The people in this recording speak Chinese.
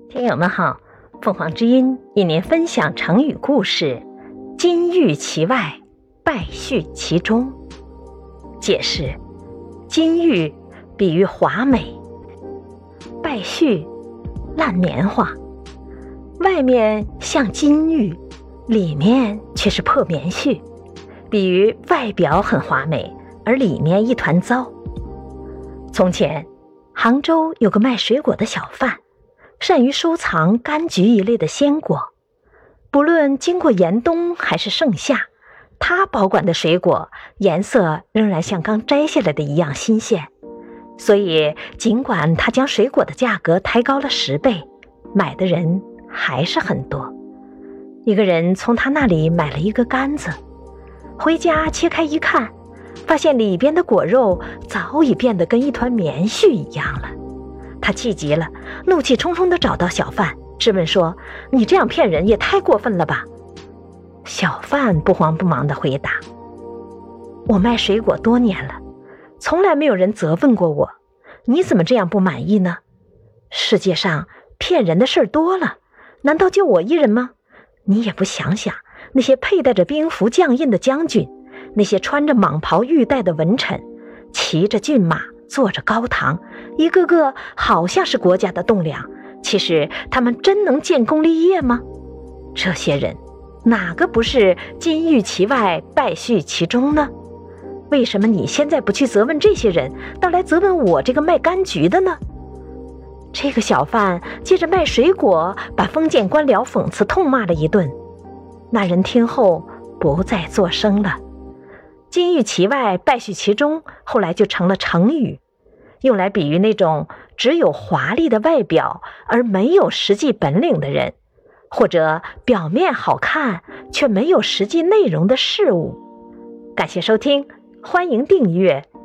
听友们好，凤凰之音与您分享成语故事金玉其外，败絮其中。解释：金玉比喻华美，败絮烂棉花，外面像金玉，里面却是破棉絮，比喻外表很华美，而里面一团糟。从前，杭州有个卖水果的小贩，善于收藏柑橘一类的鲜果，不论经过严冬还是盛夏，他保管的水果颜色仍然像刚摘下来的一样新鲜。所以尽管他将水果的价格抬高了10倍，买的人还是很多。一个人从他那里买了一个柑子，回家切开一看，发现里边的果肉早已变得跟一团棉絮一样了。他气急了，怒气冲冲地找到小贩，质问说：“你这样骗人也太过分了吧？”小贩不慌不忙地回答：“我卖水果多年了，从来没有人责问过我，你怎么这样不满意呢？世界上骗人的事儿多了，难道就我一人吗？你也不想想，那些佩戴着兵符将印的将军，那些穿着蟒袍玉带的文臣，骑着骏马，坐着高堂，一个个好像是国家的栋梁，其实他们真能建功立业吗？这些人哪个不是金玉其外，败絮其中呢？为什么你现在不去责问这些人，倒来责问我这个卖柑橘的呢？”这个小贩接着卖水果，把封建官僚讽刺痛骂了一顿。那人听后不再作声了。金玉其外，败絮其中后来就成了成语，用来比喻那种只有华丽的外表而没有实际本领的人，或者表面好看却没有实际内容的事物。感谢收听，欢迎订阅，